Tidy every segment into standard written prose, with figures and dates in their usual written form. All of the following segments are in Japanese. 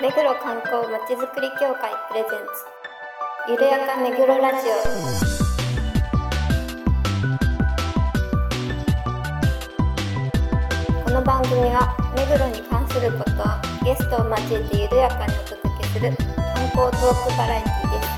目黒観光まちづくり協会プレゼンツゆるやか目黒ラジオ。この番組は目黒に関することをゲストを交えてゆるやかにお届けする観光トークバラエティです。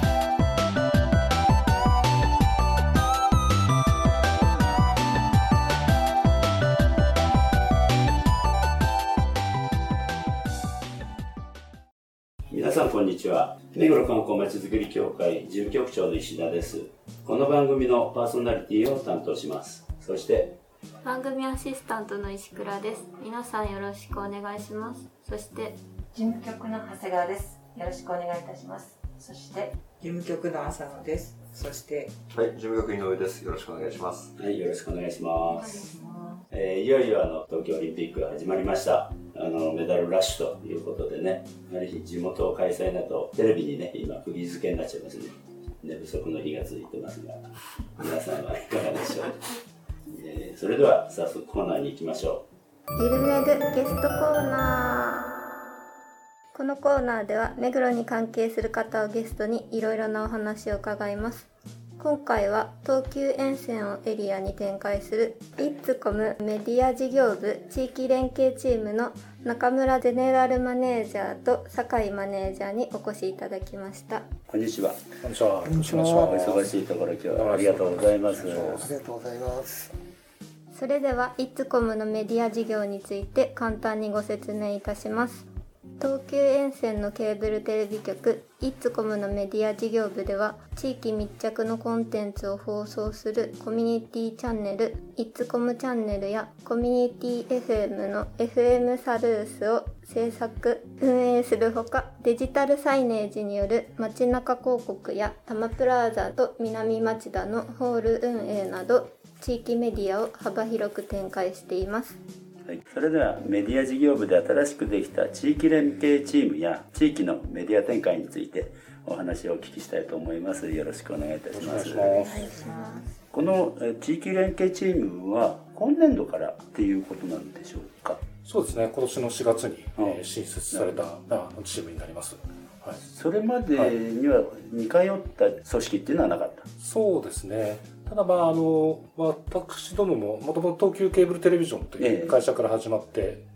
皆さんこんにちは。目黒観光まちづくり協会事務局長の石田です。この番組のパーソナリティを担当します。そして番組アシスタントの石倉です。皆さんよろしくお願いします。そして事務局の長谷川です。よろしくお願いいたします。そして事務局の浅野です。そしてはい、事務局井上です。よろしくお願いします。 はい、よろしくお願いします。いよいよ東京オリンピックが始まりました。メダルラッシュということでね、やはり地元開催だとテレビにね、今釘付けになっちゃいますね。寝不足の日が続いてますが、皆さんはいかがでしょう。それでは早速コーナーに行きましょゆるめぐゲストコーナー。このコーナーでは目黒に関係する方をゲストにいろいろなお話を伺います。今回は東急沿線をエリアに展開するイッツコムメディア事業部地域連携チームの中村ゼネラルマネージャーと酒井マネージャーにお越しいただきました。 こんにちは。 こんにちは。 お忙しいところ今日はありがとうございます。 ありがとうございます。 それではイッツコムのメディア事業について簡単にご説明いたします。東急沿線のケーブルテレビ局イッツコムのメディア事業部では地域密着のコンテンツを放送するコミュニティチャンネルイッツコムチャンネルやコミュニティ FM の FM サルースを制作運営するほか、デジタルサイネージによる街中広告や多摩プラザと南町田のホール運営など地域メディアを幅広く展開しています。 はい、それではメディア事業部で新しくできた地域連携チームや地域のメディア展開についてお話をお聞きしたいと思います。よろしくお願いいたします。この地域連携チームは今年度からっていうことなんでしょうか？ そうですね。今年の4月に新設されたチームになります。はい、 それまでには似通った組織っていうのはなかった？ そうですね。ただ私どもももともと東急ケーブルテレビジョンという会社から始まって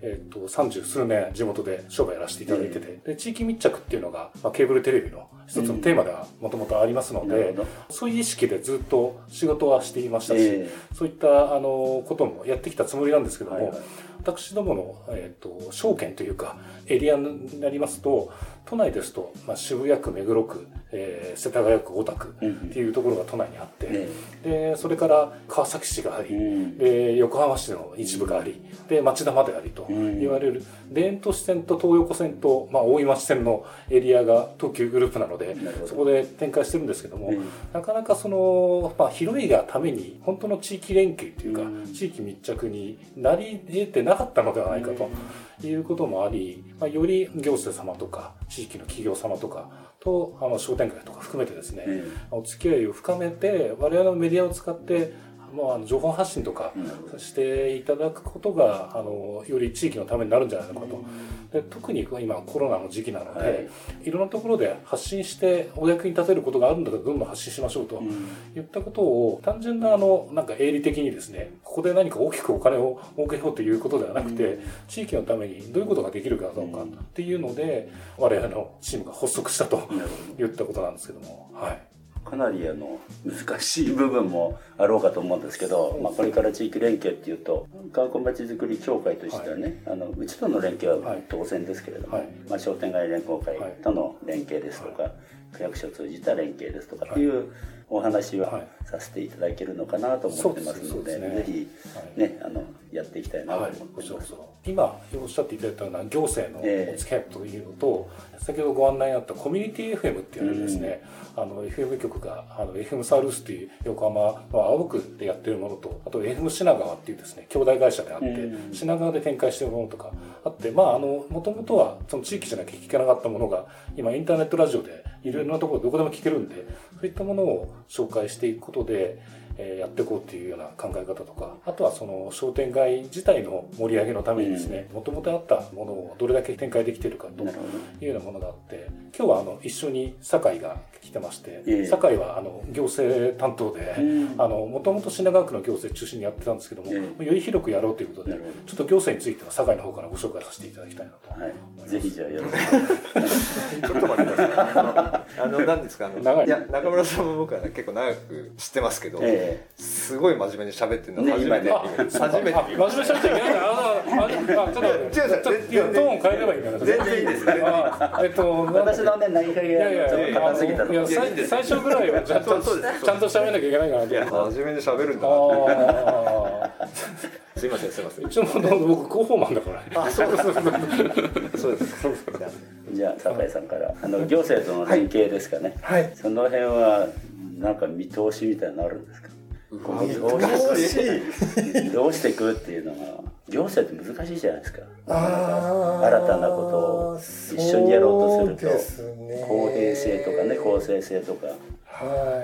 、30数年地元で商売やらせていただいてて、で地域密着っていうのが、ケーブルテレビの一つのテーマではもともとありますので、そういう意識でずっと仕事はしていましたし、そういったこともやってきたつもりなんですけども、私どもの、証券というかエリアになりますと、都内ですと、渋谷区、目黒区、世田谷区、大田区っていうところが都内にあって、でそれから川崎市があり、で横浜市の一部があり、で町田までありと言われる田園都市線と東横線と、大井町線のエリアが東急グループなので、そこで展開してるんですけども、なかなかその、広いがために本当の地域連携というか、地域密着になり得てなかったのではないかということもあり、より行政様とか地域の企業様とかと商店街とか含めてですね、お付き合いを深めて我々のメディアを使って情報発信とかしていただくことがより地域のためになるんじゃないのかと。で特に今コロナの時期なので、いろんなところで発信してお役に立てることがあるんだったらどんどん発信しましょうといったことを、単純ななんか営利的にですね、ここで何か大きくお金を儲けようということではなくて、地域のためにどういうことができるかどうかっていうので我々のチームが発足したといったことなんですけども、はい。 かなり難しい部分もあろうかと思うんですけど、これから地域連携っていうと観光まちづくり協会としてはね、うちとの連携は当然ですけれども、商店街連合会との連携ですとか、区役所を通じた連携ですとかっていうお話はさせていただけるのかなと思ってますので、ぜひね、やっていきたいなと思ってます。 今おっしゃっていただいたような行政のお付き合いというのと、先ほどご案内にあったコミュニティ FM っていうのですね、FM 局がFM サルースという横浜の青区でやってるものと、あと FM 品川っていうですね兄弟会社であって、品川で展開しているものとかあって、もともとはその地域じゃなきゃ聞けなかったものが今インターネットラジオでいろいろなところどこでも聞けるんで、そういったものを紹介していくことで、 やっていこうっていうような考え方とか、あとはその商店街自体の盛り上げのためにですね、もともとあったものをどれだけ展開できているかというようなものがあって、今日は一緒に酒井が来てまして、酒井は行政担当で、もともと品川区の行政中心にやってたんですけども、より広くやろうということで、ちょっと行政については酒井の方からご紹介させていただきたいなと思います。 ぜひじゃあよろしく。 ちょっと待ってください。何ですか、いや、中村さんも僕は結構長く知ってますけど、すごい真面目に喋ってるの初めて。 真面目に喋っちゃいけないから、ちょっとトーン変えればいいかな。 全然いいです。 私のね、投げかけがちょっと硬すぎたの。 最初ぐらいはちゃんと喋らなきゃいけないかな。 いや、真面目に喋るんだな。すいません。 一応僕広報マンだから。 そうです。 じゃあ酒井さんから行政との連携ですかね。 はい。 その辺はなんか見通しみたいなのあるんですか。どうしていくっていうのが行政って難しいじゃないですか。新たなことを一緒にやろうとすると、公平性とかね、公正性とか。 はい。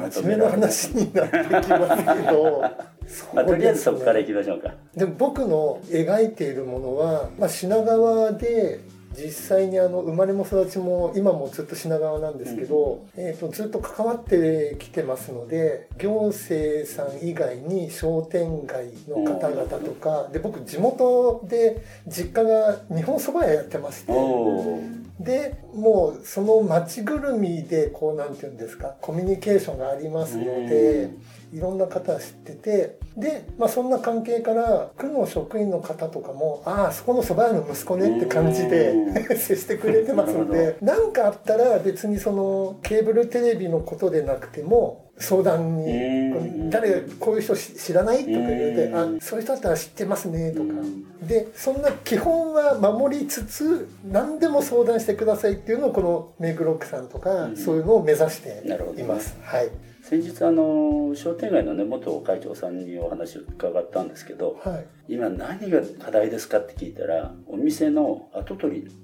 真面目な話になってきますけど。 とりあえずそこからいきましょうか。 でも僕の描いているものは、品川で実際に生まれも育ちも今もずっと品川なんですけど、ずっと関わってきてますので、行政さん以外に商店街の方々とかで、僕地元で実家が日本そば屋やってまして、でもうその町ぐるみでなんていうんですか、コミュニケーションがありますので、いろんな方知ってて、で、そんな関係から区の職員の方とかも、そこの蕎麦屋の息子ねって感じで接してくれてますので、何かあったら別にそのケーブルテレビのことでなくても相談に、こういう人知らないとか言われて、そういう人だったら知ってますねとか、でそんな基本は守りつつ何でも相談してくださいっていうのをこのメイクロックさんとか、そういうのを目指しています。はい。 先日商店街のね元会長さんにお話を伺ったんですけど、今何が課題ですかって聞いたら、お店の跡取り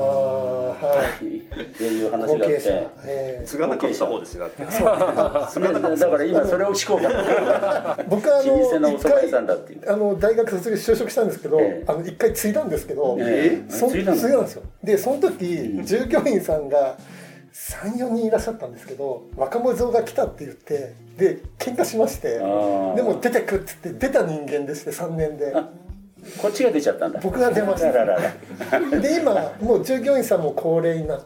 っていう話があって、 継がなかった方ですよ。だから今それを聞こうかな。 僕は老舗のお蕎麦屋さんだっていう。 大学卒業就職したんですけど、一回継いだんですけど、継いだんですよ。でその時従業員さんが3、4人いらっしゃったんですけど、若者が来たって言ってで喧嘩しまして、でも出てくって言って出た人間でして、3年でこっちが出ちゃったんだ。 僕が出ました。で今もう従業員さんも高齢になって、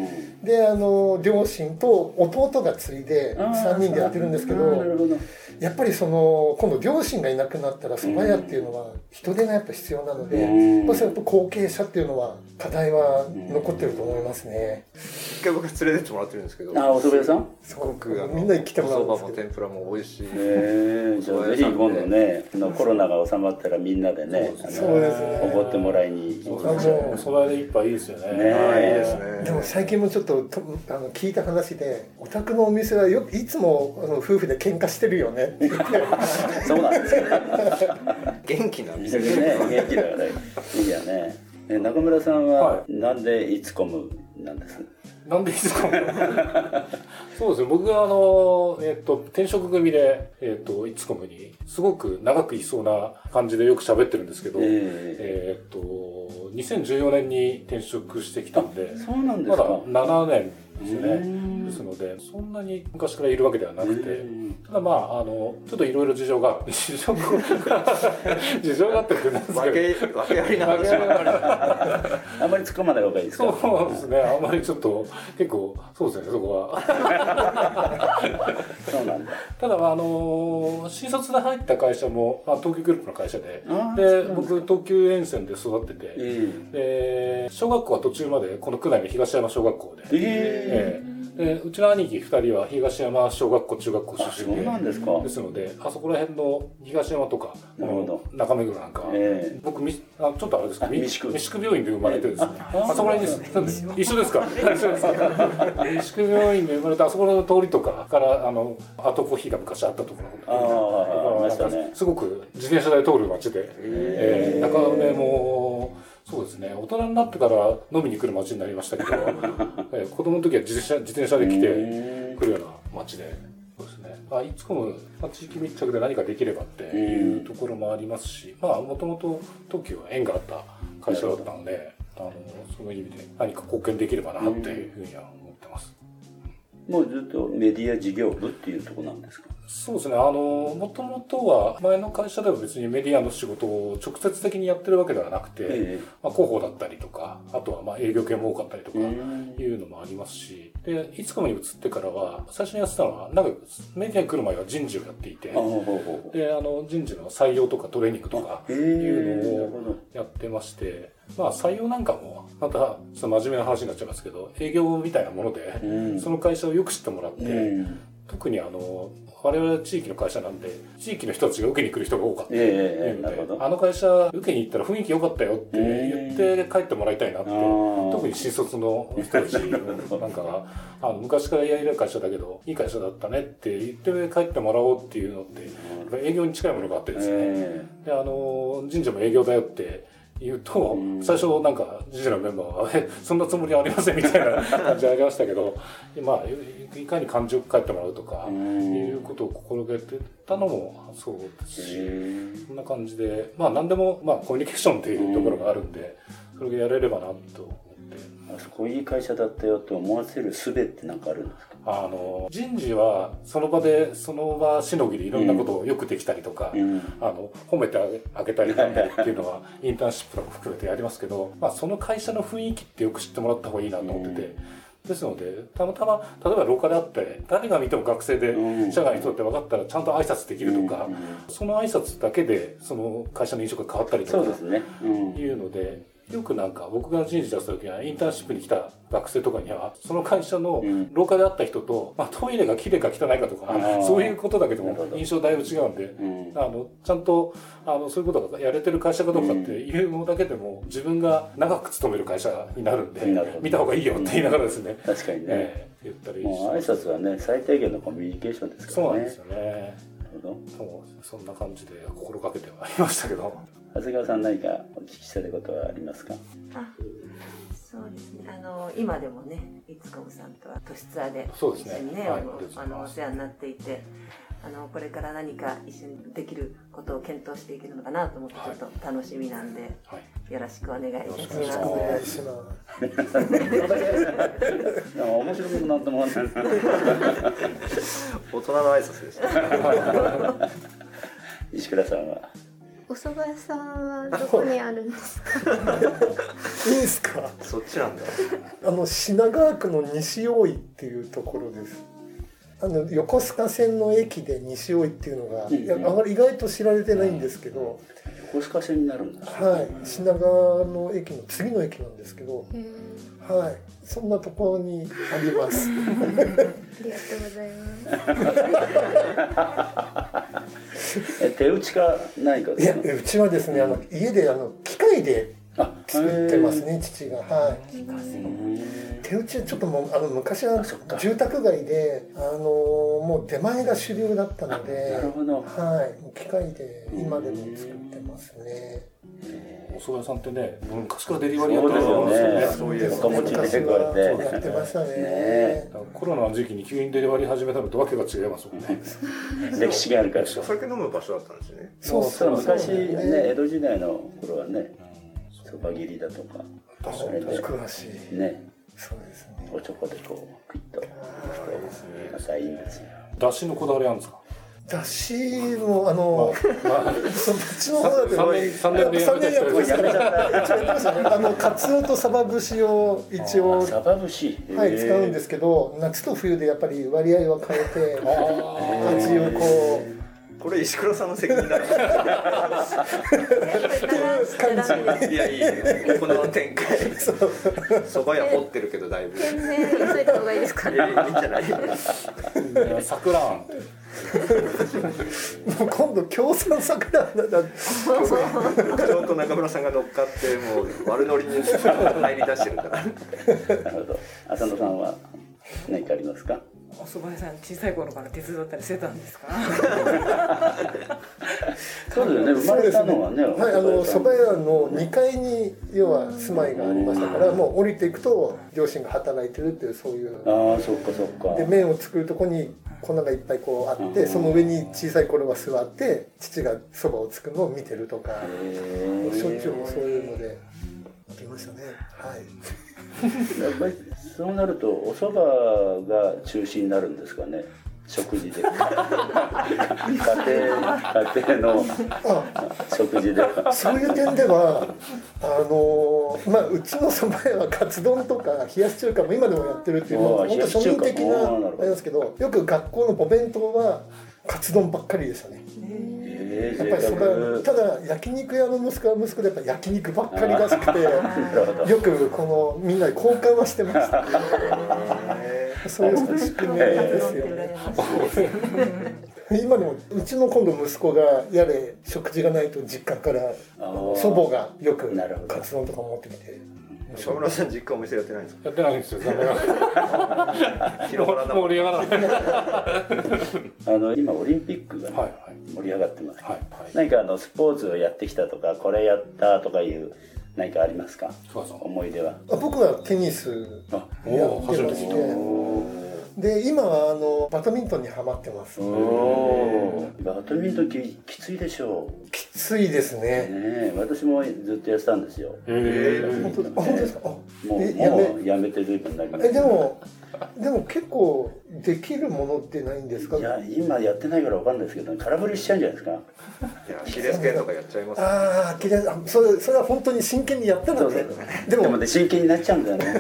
で両親と弟が継いで3人でやってるんですけど、やっぱり今度両親がいなくなったら蕎麦屋っていうのは人手がやっぱ必要なので、やっぱ後継者っていうのは課題は残ってると思いますね。 一回僕連れてってもらってるんですけど、 お蕎麦屋さんすごくみんなに来てもらうんですけど、 お蕎麦も天ぷらも美味しい。 じゃあぜひ今度ね、コロナが収まったらみんなでね、おごってもらいに行きましょう。 お蕎麦で一杯いいですよね。 いいですね。 でも最近もちょっと聞いた話で、お宅のお店はいつも夫婦で喧嘩してるよねって言って。 そうなんですよ。 元気な店でね、元気だからいいよね。中村さんはなんでいつコムなんです？ なんでいつコム？そうですね。僕が転職組でいつコムにすごく長くいそうな感じでよく喋ってるんですけど、2014年に転職してきたんで、 そうなんですか。 まだ7年ですね。ですので、そんなに昔からいるわけではなくて、ただちょっといろいろ事情があってって言ってなんですけど、 訳ありな話あんまり突っ込まない方がいいですか。 そうですね。あんまりちょっと結構そうですね、そこは。 そうなんだ。 ただ新卒で入った会社も東急グループの会社で、僕東急沿線で育ってて、で小学校は途中までこの区内の東山小学校で。でうちの兄貴2人は東山小学校中学校出身ですので、あそこら辺の東山とか中目黒なんか、僕ちょっとあれですか、三宿病院で生まれてですね、あそこら辺に一緒ですか。三宿病院で生まれて、あそこら辺の通りとかからアトコーヒーが昔あったところ、すごく自転車で通る街で、中目もそうですね、大人になってから飲みに来る街になりましたけど、子供の時は自転車で来てくるような街で、そうですね。 いつも地域密着で何かできればっていうところもありますし、もともと東急は縁があった会社だったので、そういう意味で何か貢献できればなっていうふうには思ってます。 もうずっとメディア事業部っていうところなんですか？ そうですね。もともとは前の会社では別にメディアの仕事を直接的にやってるわけではなくて、広報だったりとか、あとは営業系も多かったりとかいうのもありますし、で、いつこもに移ってからは、最初にやってたのは、メディアに来る前は人事をやっていて、で、人事の採用とかトレーニングとかいうのをやってまして、採用なんかも、また、真面目な話になっちゃいますけど、営業みたいなもので、その会社をよく知ってもらって、特に我々は地域の会社なんで、地域の人たちが受けに来る人が多かったっていうので、あの会社受けに行ったら雰囲気良かったよって言って帰ってもらいたいなって、特に新卒の人たちなんかが、昔からやりたい会社だけど、いい会社だったねって言って帰ってもらおうっていうのって、営業に近いものがあってですね、で、人事も営業だよって言うと、最初なんか人事のメンバーはそんなつもりはありませんみたいな感じありましたけど、いかに感情を帰ってもらうとかいうことを心がけてたのもそうですし、そんな感じで何でもコミュニケーションっていうところがあるんで、それがやれればなと思って。 こういう会社だったよと思わせる術って何かあるんですか？ 人事はその場しのぎでいろんなことをよくできたりとか、褒めてあげたりなんていうのはインターンシップとか含めてやりますけど、その会社の雰囲気ってよく知ってもらった方がいいなと思ってて、ですのでたまたま例えば廊下であって誰が見ても学生で社外の人って分かったらちゃんと挨拶できるとか、その挨拶だけでその会社の印象が変わったりとかいうので。よく僕が人事出した時はインターンシップに来た学生とかにはその会社の廊下で会った人と、トイレが綺麗か汚いかとかそういうことだけでも印象だいぶ違うんで、ちゃんとそういうことがやれてる会社かどうかっていうのだけでも自分が長く勤める会社になるんで見た方がいいよって言いながらですね、 確かにね、 言ったりもう挨拶はね最低限のコミュニケーションですからね。 そうなんですよね。そんな感じで心がけてはいましたけど。 長谷川さん何かお聞きしたいことはありますか？ そうですね。今でもね、いつこむさんとは都市ツアーでそうですね、 一緒にね、お世話になっていて、これから何か一緒にできることを検討していけるのかなと思ってちょっと楽しみなんで、よろしくお願いいたします。 よろしくお願いします。 面白くもなんともない。 大人の挨拶ですね。 石倉さんは。 お蕎麦屋さんはどこにあるんですか？ いいですか？ そっちなんだ。 品川区の西大井っていうところです。横須賀線の駅で西大井っていうのが、意外と知られてないんですけど、 横須賀線になるんですね。はい、品川の駅の次の駅なんですけど、はい、そんなところにあります。 ありがとうございます。 手打ちか何かですか？ いや、うちはですね、家で機械で作ってますね、父が。はい。手打ちはちょっともう昔は住宅街でもう出前が主流だったので、 なるほど。 はい、機械で今でも作ってますね。 お蕎麦屋さんってね、昔からデリバリーやってるんですよね。 そういうお持ちでやってましたね。 コロナの時期に急にデリバリー始めたのとわけが違いますもんね。 歴史があるから。 お酒飲む場所だったんですよね。 そう昔ね、江戸時代の頃はね、そば切りだとか、 詳しいね。 そうですね。 おちょこでこうクイッとまたいいんですよ。 だしのこだわりあるんですか？ だしもそっちの方だと 3年でやめちゃった。 カツオとサバ節を一応サバ節はい使うんですけど、夏と冬でやっぱり割合は変えて味をこう。 これ石黒さんの責任だ。いやいい。この展開。そば屋掘ってるけどだいぶ。 全然急いだ方がいいですかね。 いいんじゃない。 桜あん。 もう今度協賛桜あんだ。 ちょうど中村さんが乗っかってもう悪ノリに入り出してるから。なるほど。浅野さんは何かありますか？ お蕎麦屋さん小さい頃から手伝ったりしてたんですか？ そうですよね。生まれたのはね。 はい、蕎麦屋の2階に要は住まいがありましたから、もう降りていくと両親が働いてるっていうそういう。 ああ、そっかそっか。 で麺を作るとこに粉がいっぱいこうあって、その上に小さい頃は座って父がそばをつくのを見てるとか、しょっちゅうそういうのでありましたね。はい。 やっぱりそうなるとお蕎麦が中心になるんですかね、食事で。家庭の食事で。 そういう点ではうちの蕎麦屋はカツ丼とか冷やし中華も今でもやってるっていうのは本当庶民的なあれですけど、よく学校のお弁当はカツ丼ばっかりでしたね。やっぱりただ焼肉屋の息子は息子でやっぱ焼肉ばっかりらしくてよくこのみんなで交換はしてました。そういう仕組みですよね。今でもうちの今度息子がやれ食事がないと実家から祖母がよくカツ丼とか持ってきて。 島村さん実家お店やってないんですか？ やってないんですよ。盛り上がらない。 今オリンピックが、ね、盛り上がってます、何かスポーツをやってきたとかこれやったとかいう何かありますか？思い出は。 僕はテニスやってまして、で今はバドミントンにハマってます。 バドミントンきついでしょう。 きついですね。 私もずっとやってたんですよ。 本当ですか？ もうやめて随分なりました。 でも結構できるものってないんですか？ いや今やってないからわかんないですけど、空振りしちゃうんじゃないですか。 アキレス腱とかやっちゃいます。 アキレス、それは本当に真剣にやったので。 でもね真剣になっちゃうんだよね。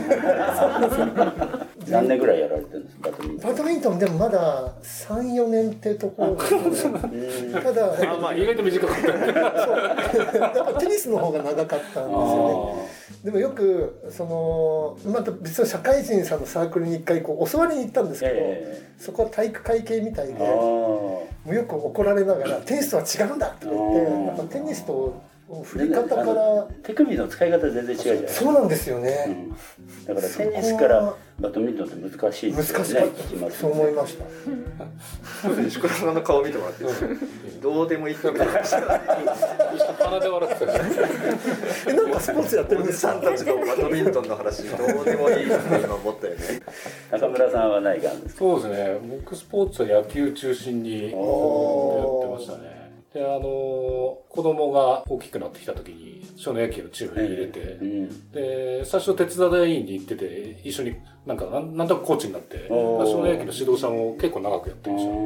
何年ぐらいやられてるんですか？ バドミントンでもまだ 3,4 年ってところで、ただ意外と短かった。 やっぱテニスの方が長かったんですよね。でもよくまた別の社会人さんのサークルに一回こう教わりに行ったんですけど、そこは体育会系みたいで、もうよく怒られながらテニスとは違うんだって言って、テニスと振り方から手首の使い方全然違うじゃないですか。 そうなんですよね、 だからテニスからバドミントンって難しいですよね。 難しい、そう思いました。 石倉さんの顔見てもらっていいですか？どうでもいいって言ってました。 鼻で笑ってた。 なんかスポーツやってるんですか？ おじさんたちのバドミントンの話どうでもいいって今思ったよね。 中村さんは何かあるんですか？ そうですね、僕スポーツは野球中心にやってましたね。で子供が大きくなってきた時に少年野球のチームに入れて、で最初手伝い員に行ってて一緒になんとなくコーチになって、少年野球の指導者も結構長くやってました。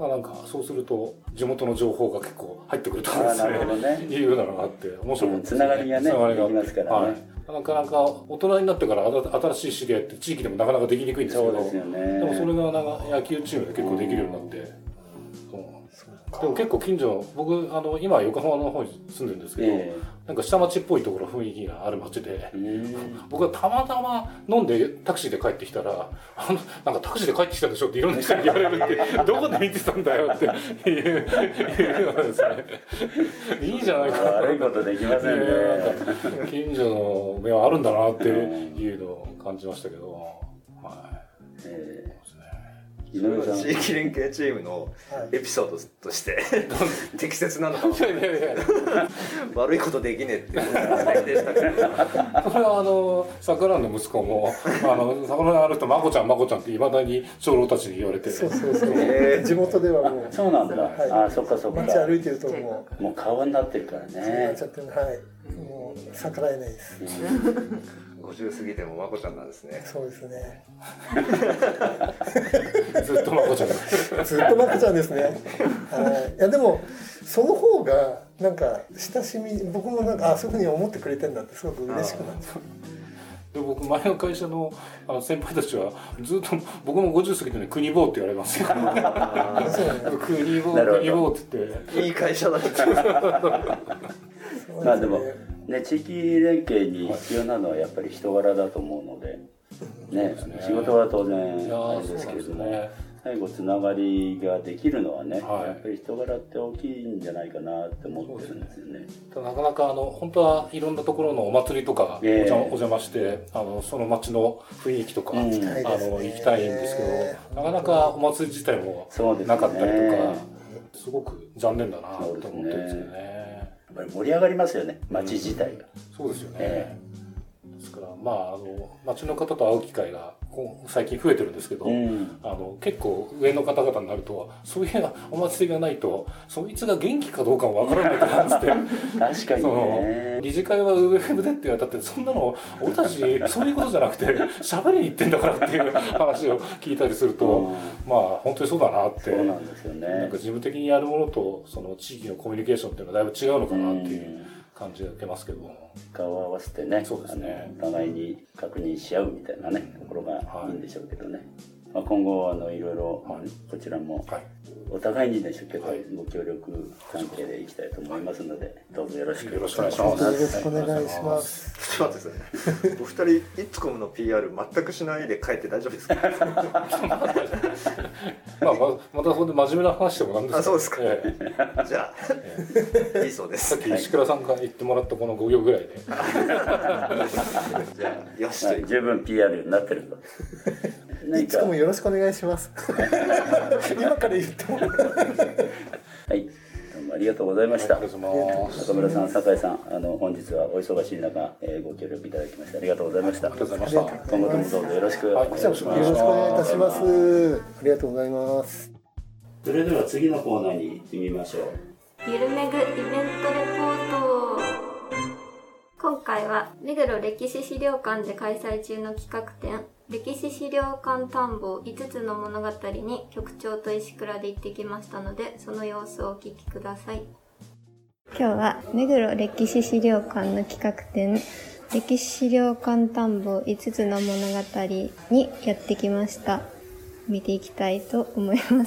なんかそうすると地元の情報が結構入ってくるとかですね、いうのがあって面白かったですね。 つながりがねできますからね。 なかなか大人になってから新しい知り合いって地域でもなかなかできにくいんですけど、でもそれが野球チームで結構できるようになって、でも結構近所、僕今横浜の方に住んでるんですけど、なんか下町っぽいところ雰囲気がある町で、僕はたまたま飲んでタクシーで帰ってきたら、なんかタクシーで帰ってきたでしょっていろんな人に言われるって、どこで見てたんだよっていうようなですね。いいじゃないか。 悪いことできませんね。 近所の目はあるんだなっていうのを感じましたけど、 地域連携チームのエピソードとして適切なのかもしれないですけど、悪いことできねえっていうことでしたけど、これは桜の息子も桜のある人まこちゃんっていまだに長老たちに言われて、 そう地元ではもうそうなんだ。そっかそっか。 街歩いてるともう顔になってるからね。 なっちゃってる。もう逆らえないです。 50過ぎてもまこちゃんなんですね。 そうですね。 ずっとまこちゃんずっとまこちゃんですね。いやでもその方がなんか親しみ、僕もなんかそういうふうに思ってくれてるんだってすごく嬉しくなっちゃう。 で僕前の会社の先輩たちはずっと僕も50過ぎてね国坊って言われますよ。国坊って言っていい会社だって。 まあでもね、地域連携に必要なのはやっぱり人柄だと思うので、ね、仕事は当然あれですけれども、最後つながりができるのはね、やっぱり人柄って大きいんじゃないかなって思ってるんですよね。 なかなか本当はいろんなところのお祭りとかお邪魔してその街の雰囲気とか行きたいんですけど、なかなかお祭り自体もなかったりとか、すごく残念だなと思ってるんですけどね。 やっぱり盛り上がりますよね、街自体が。 そうですよね。ですから街の方と会う機会が最近増えてるんですけど、結構上の方々になると、そういうお祭りがないとそいつが元気かどうかもわからないからなんつって確かにね、 理事会はウェブでって言われたって、そんなの俺たちそういうことじゃなくて喋りに行ってんだからっていう話を聞いたりすると、まあ本当にそうだなって。 そうなんですよね。 なんか事務的にやるものとその地域のコミュニケーションっていうのはだいぶ違うのかなっていう感じが受けますけども、 顔を合わせてね、 そうですね、 お互いに確認し合うみたいなねところがいいんでしょうけどね、まあ、今後いろいろこちらもお互いにでしょうけど、ご協力関係でいきたいと思いますので、どうぞよろしくお願いします。 よろしくお願いします。 ちょっと待ってくださいね。お二人イッツコムの PR 全くしないで帰って大丈夫ですか？ またそこで真面目な話でもなんですか？ あ、そうですか。じゃあいいそうです。 さっき石倉さんが言ってもらったこの5行ぐらいで。 じゃあよしという。 十分 PR になってると。 いつもよろしくお願いします。今から言ってもらう。 はい、どうもありがとうございました。中村さん、酒井さん、本日はお忙しい中、ご協力いただきましてありがとうございました。 ありがとうございました。 今後ともどうぞよろしくお願いします。 よろしくお願いいたします。ありがとうございます。 それでは次のコーナーに行ってみましょう。 ゆるめぐイベントレポート。今回は目黒歴史資料館で開催中の企画展、歴史資料館探訪5つの物語に局長と石倉で行ってきましたので、その様子をお聞きください。今日は目黒歴史資料館の企画展、歴史資料館探訪5つの物語にやってきました。見ていきたいと思います。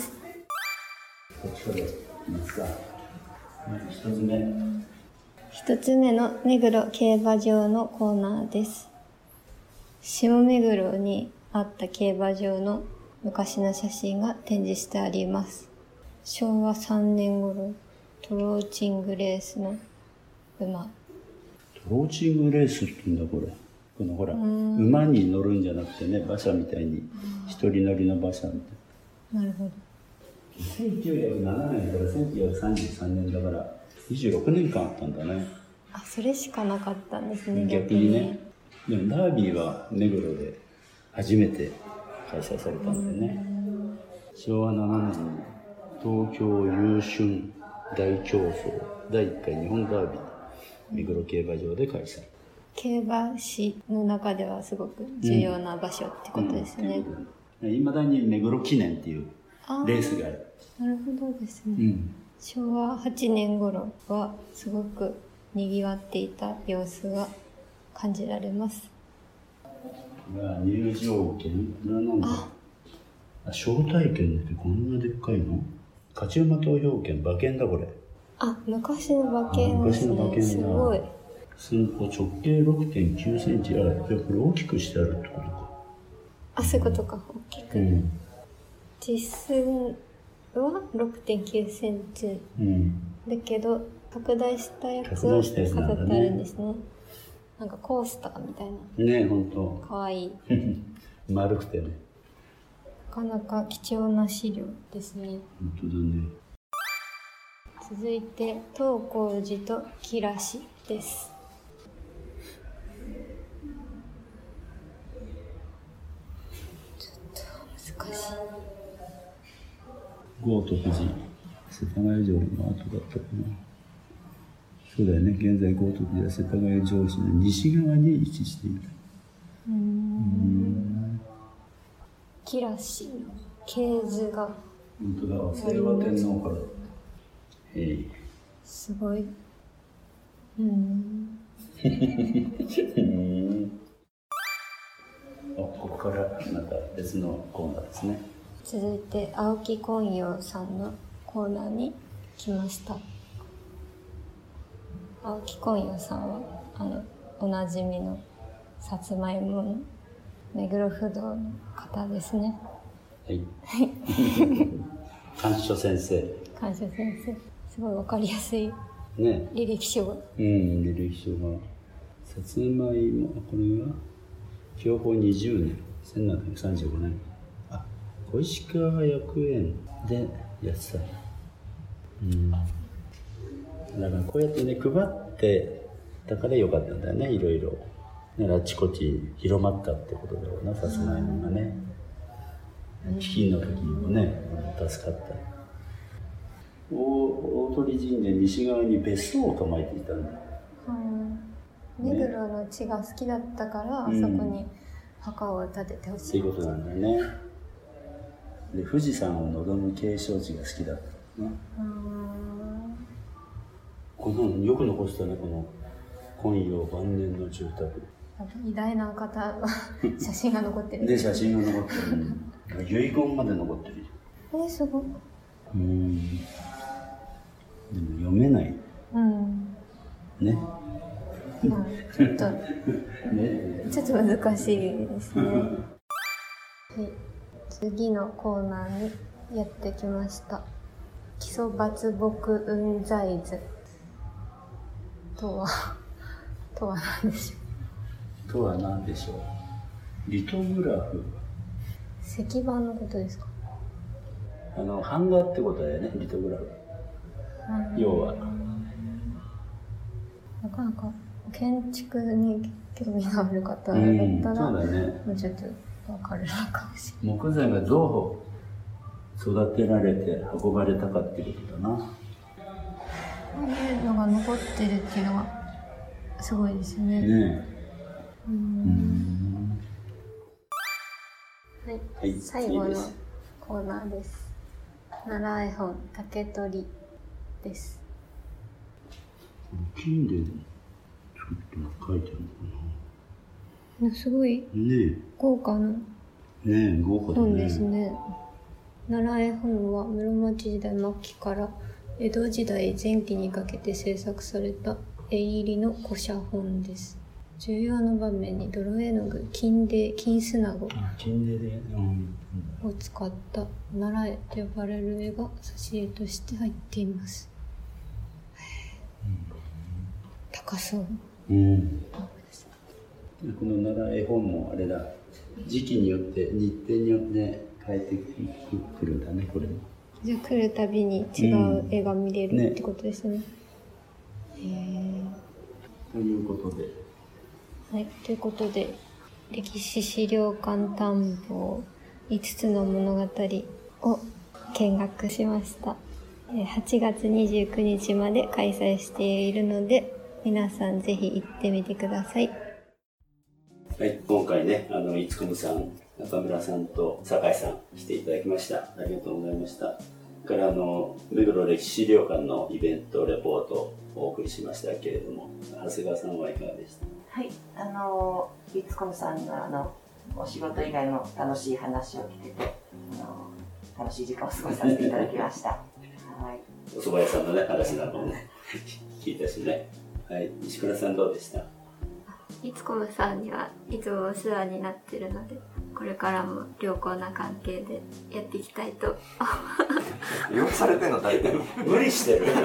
一つ目の目黒競馬場のコーナーです。下目黒にあった競馬場の昔の写真が展示してあります。昭和3年頃、トローチングレースの馬。 トローチングレースって言うんだこれ。このほら、馬に乗るんじゃなくてね、馬車みたいに一人乗りの馬車みたいな。 なるほど。 1907年から1933年だから26年間あったんだね。 あ、それしかなかったんですね。 逆にね。でもダービーは目黒で初めて開催されたんでね。昭和7年に東京優春大競争第1回日本ダービー目黒競馬場で開催。 競馬史の中ではすごく重要な場所ってことですね。 いまだに目黒記念っていうレースがある。 なるほどですね。昭和8年頃はすごく賑わっていた様子が感じられます。 入場券なんだ。招待券ってこんなでっかいの？勝ち馬投票券、馬券だこれ。 あ、昔の馬券ですね。昔の馬券だ。すごい。 寸法直径 6.9 センチ。じゃあこれ大きくしてあるってことか。 あ、そういうことか。大きく。実寸は 6.9 センチ。だけど拡大したやつを飾ってあるんですね。なんかコースターみたいな。 ねえ、ほんと。 かわいい。 丸くてね。 なかなか貴重な資料ですね。 本当だね。 続いて東光寺と吉良市です。ちょっと難しい。 豪徳寺、世田谷城の後だったかな。そうだよね。現在豪徳寺は世田谷城市の西側に位置している。 吉良市の系図が本当だ。清和天皇からすごい。 ここからまた別のコーナーですね。 続いて青木昆陽さんのコーナーに来ました。青木昆陽さんはおなじみのさつまいもの目黒不動の方ですね。 はい。甘書先生。 甘書先生。すごいわかりやすい。 ね。 履歴書が。 履歴書が。さつまいも、これが享保20年、1735年。小石川薬園でやってた。だからこうやってね、配ってだからよかったんだよね、いろいろ。 あちこち広まったってことだろうな、さつまいもがね。飢饉の時にもね、助かった。大鳥神殿西側に別荘を構えていたんだ。 目黒の地が好きだったから、そこに墓を建ててほしい。 っていうことなんだね。で、富士山を望む景勝地が好きだったね。このよく残したね、この金陽晩年の住宅。 偉大な方の写真が残ってる。 で、写真が残ってる。遺言まで残ってる。 すごい。 でも読めない。ね。 ちょっと、ね、ちょっと難しいですね。はい、次のコーナーにやってきました。基礎抜木雲材図とは何でしょう。 とは何でしょう。リトグラフ。 石板のことですか。 版画ってことだよね、リトグラフ。要は。 なかなか建築に興味がある方だったら、もうちょっとわかるのかもしれない。 木材がどう育てられて運ばれたかっていうことだな。 こういうのが残ってるっていうのがすごいですね。はい、最後のコーナーです。奈良絵本竹取です。 金で作って書いてあるのかな。 すごい豪華な本ですね。奈良絵本は室町時代末期から江戸時代前期にかけて制作された絵入りの古写本です。重要な場面に泥絵の具、金砂子を使った奈良絵と呼ばれる絵が挿絵として入っています。高そう。この奈良絵本もあれだ、時期によって日程によって変えてくるんだね、これも。 じゃあ来るたびに違う絵が見れるってことですね。 ということで。 はい、ということで、歴史資料館探訪5つの物語を見学しました。8月29日まで開催しているので、皆さんぜひ行ってみてください。 はい、今回ね、いつこむさん、中村さんと酒井さん来ていただきました。ありがとうございました。から目黒歴史資料館のイベントレポートをお送りしましたけれども、長谷川さんはいかがでした？ はい、いつこむさんがお仕事以外の楽しい話を聞けて、楽しい時間を過ごさせていただきました。はい。 お蕎麦屋さんのね話などもね聞いたしね。はい、石倉さんどうでした？ いつこむさんにはいつもお世話になってるので、これからも良好な関係でやっていきたいとよくされてんの大体無理してる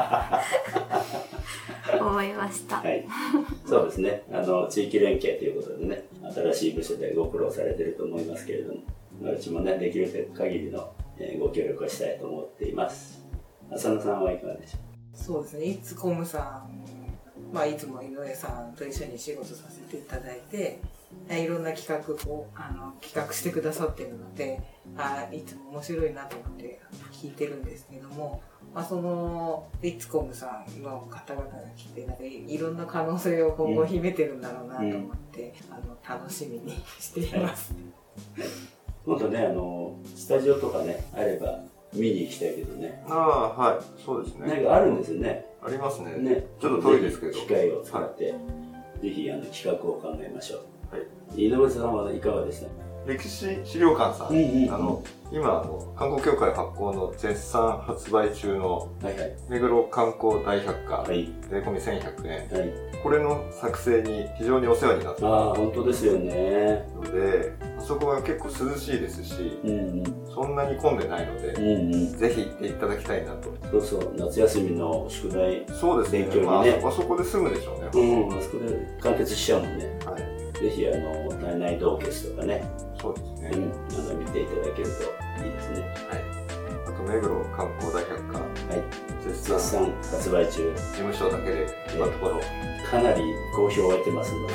思いました。 はい、そうですね。地域連携ということでね、新しい部署でご苦労されてると思いますけれども、うちもねできる限りのご協力をしたいと思っています。浅野さんはいかがでしょう？ そうですね。いつこむさん、いつも井上さんと一緒に仕事させていただいて、いろんな企画を企画してくださっているので、いつも面白いなと思って聞いてるんですけども、そのいつこむさんの方々が来て、いろんな可能性を今後秘めてるんだろうなと思って、楽しみにしています。 もっとね、スタジオとかねあれば見に行きたいけどね。 はい、そうですね。 何かあるんですよね。 ありますね。ちょっと遠いですけど。 機会を使って、ぜひ企画を考えましょう。はい。井上さんはいかがでした？ 歴史資料館さん、今観光協会発行の絶賛発売中の目黒観光大百科、税込み1100円、これの作成に非常にお世話になってます。 本当ですよね。 ので、あそこは結構涼しいですし、そんなに混んでないので、ぜひ行っていただきたいなと。 そう、夏休みの宿題、 そうですね。 勉強にね、 あそこで済むでしょうね。 あそこで完結しちゃうもんね。ぜひ体内洞穴とかね、 そうですね。 見ていただけるといいですね。 あと目黒観光大百科、 絶賛発売中。 事務所だけで今のところかなり好評を得てますので、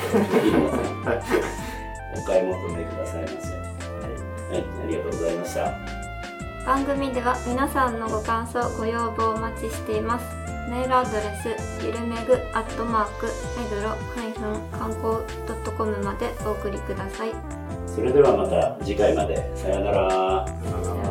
お買い求めくださいませ。はい、ありがとうございました。 番組では皆さんのご感想、ご要望をお待ちしています。メールアドレス、ゆるめぐ@めぐろ-観光.comまでお送りください。 それではまた次回まで。さようなら。 さようなら。